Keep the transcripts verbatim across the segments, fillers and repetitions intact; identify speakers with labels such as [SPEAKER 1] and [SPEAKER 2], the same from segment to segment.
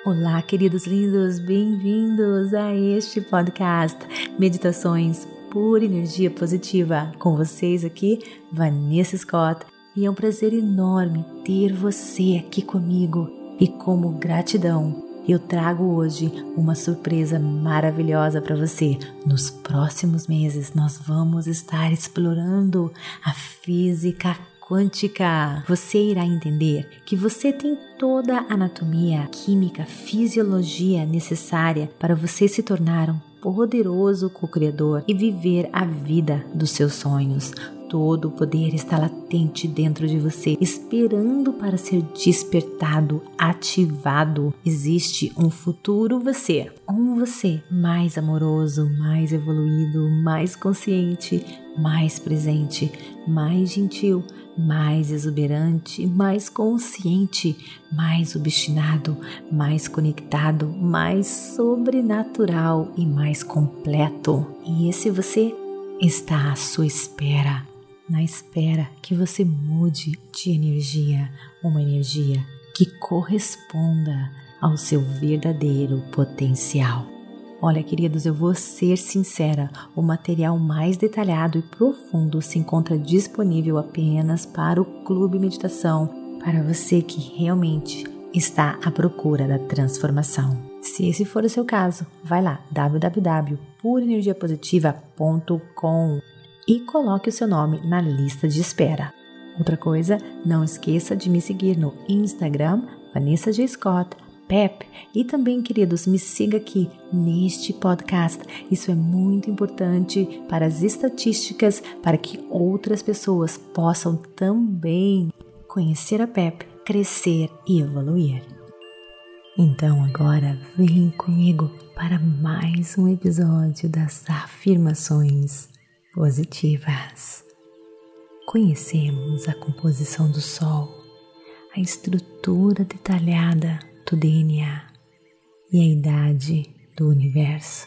[SPEAKER 1] Olá, queridos lindos, bem-vindos a este podcast Meditações por Energia Positiva. Com vocês aqui, Vanessa Scott, e é um prazer enorme ter você aqui comigo. E como gratidão, eu trago hoje uma surpresa maravilhosa para você. Nos próximos meses, nós vamos estar explorando a física quântica. Você irá entender que você tem toda a anatomia, química, fisiologia necessária para você se tornar um poderoso co-criador e viver a vida dos seus sonhos. Todo o poder está latente dentro de você, esperando para ser despertado, ativado. Existe um futuro você, um você mais amoroso, mais evoluído, mais consciente, mais presente, mais gentil, mais exuberante, mais consciente, mais obstinado, mais conectado, mais sobrenatural e mais completo. E esse você está à sua espera. Na espera que você mude de energia, uma energia que corresponda ao seu verdadeiro potencial. Olha, queridos, eu vou ser sincera, o material mais detalhado e profundo se encontra disponível apenas para o Clube Meditação, para você que realmente está à procura da transformação. Se esse for o seu caso, vai lá, w w w ponto pura energia positiva ponto com e coloque o seu nome na lista de espera. Outra coisa, não esqueça de me seguir no Instagram, Vanessa G. Scott, Pep, e também, queridos, me siga aqui neste podcast. Isso é muito importante para as estatísticas, para que outras pessoas possam também conhecer a Pep, crescer e evoluir. Então agora vem comigo para mais um episódio das afirmações positivas. Conhecemos a composição do Sol, a estrutura detalhada do D N A e a idade do universo.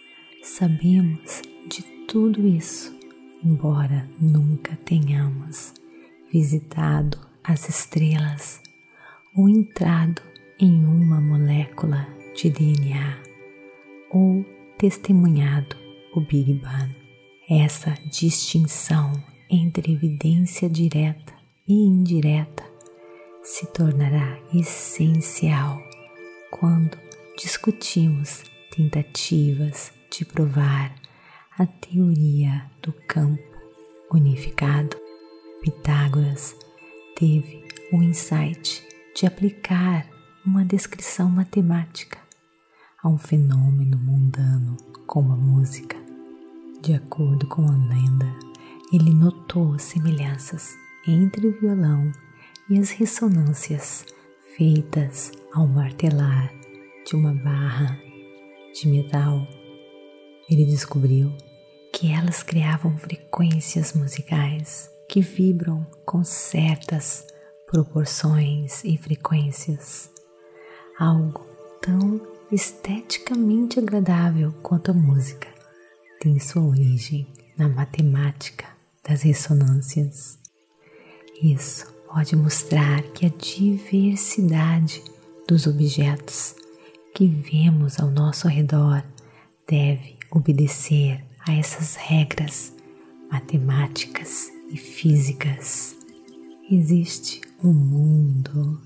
[SPEAKER 1] Sabemos de tudo isso, embora nunca tenhamos visitado as estrelas ou entrado em uma molécula de D N A ou testemunhado o Big Bang. Essa distinção entre evidência direta e indireta se tornará essencial quando discutimos tentativas de provar a teoria do campo unificado. Pitágoras teve o insight de aplicar uma descrição matemática a um fenômeno mundano como a música. De acordo com a lenda, ele notou semelhanças entre o violão e as ressonâncias feitas ao martelar de uma barra de metal. Ele descobriu que elas criavam frequências musicais que vibram com certas proporções e frequências, algo tão esteticamente agradável quanto a música. Tem sua origem na matemática das ressonâncias. Isso pode mostrar que a diversidade dos objetos que vemos ao nosso redor deve obedecer a essas regras matemáticas e físicas. Existe um mundo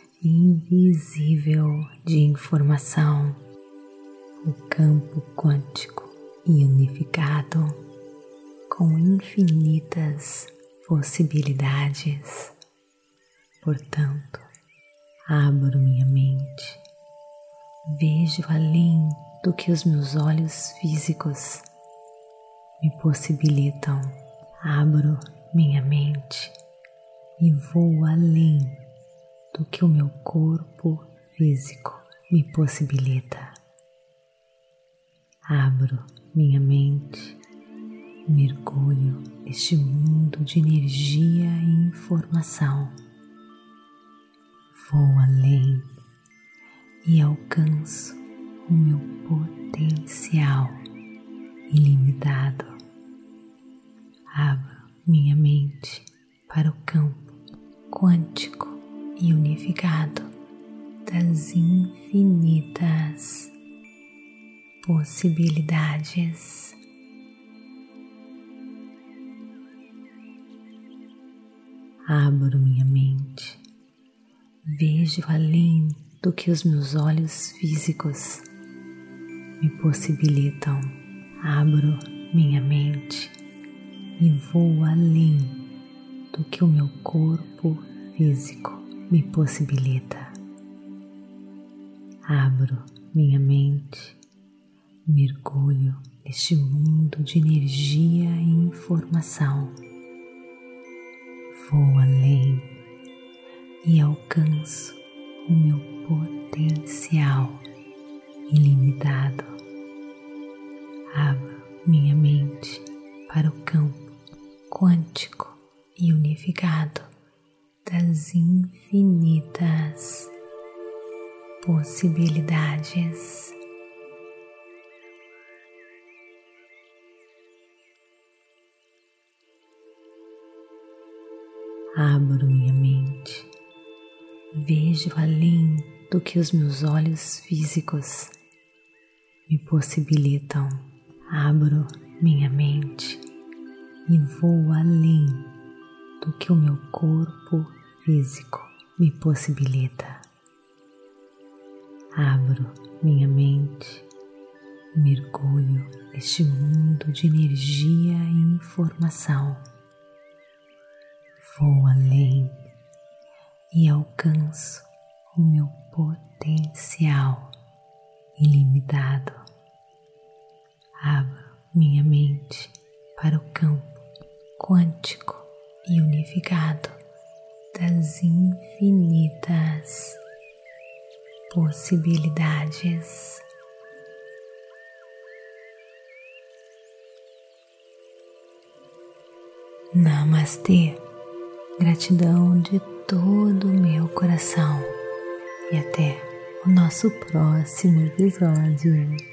[SPEAKER 1] invisível de informação, o campo quântico e unificado, com infinitas possibilidades. Portanto, abro minha mente, vejo além do que os meus olhos físicos me possibilitam. Abro minha mente e vou além do que o meu corpo físico me possibilita. Abro minha mente, mergulho neste mundo de energia e informação. Vou além e alcanço o meu potencial ilimitado. Abro minha mente para o campo quântico e unificado das infinitas possibilidades. Abro minha mente, vejo além do que os meus olhos físicos me possibilitam. Abro minha mente e vou além do que o meu corpo físico me possibilita. Abro minha mente, mergulho neste mundo de energia e informação. Vou além e alcanço o meu potencial ilimitado. Abro minha mente para o campo quântico e unificado das infinitas possibilidades. Abro minha mente, vejo além do que os meus olhos físicos me possibilitam. Abro minha mente e vou além do que o meu corpo físico me possibilita. Abro minha mente, mergulho neste mundo de energia e informação. Vou além e alcanço o meu potencial ilimitado. Abro minha mente para o campo quântico e unificado das infinitas possibilidades. Namastê. Gratidão de todo o meu coração e até o nosso próximo episódio.